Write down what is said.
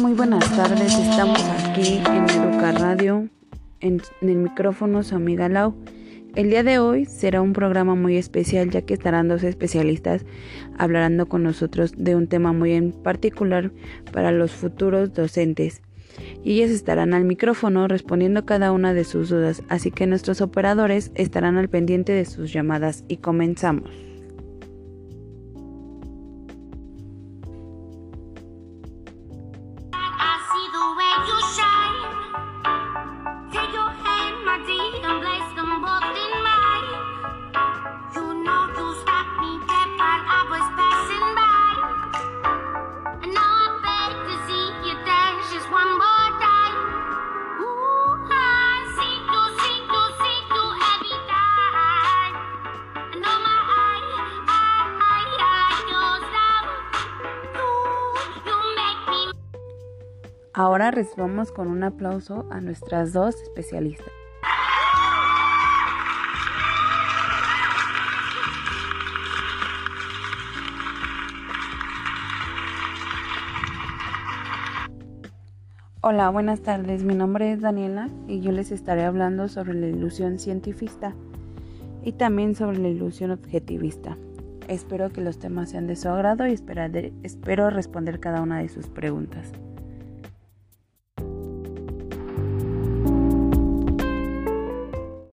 muy buenas tardes. Estamos aquí en Educa Radio, en el micrófono su amiga Lau. El día de hoy será un programa muy especial, ya que estarán dos especialistas hablando con nosotros de un tema muy en particular para los futuros docentes. Y ellas estarán al micrófono respondiendo cada una de sus dudas, así que nuestros operadores estarán al pendiente de sus llamadas y comenzamos. Ahora recibamos con un aplauso a nuestras dos especialistas. Hola, buenas tardes. Mi nombre es Daniela y yo les estaré hablando sobre la ilusión cientifista y también sobre la ilusión objetivista. Espero que los temas sean de su agrado y espero responder cada una de sus preguntas.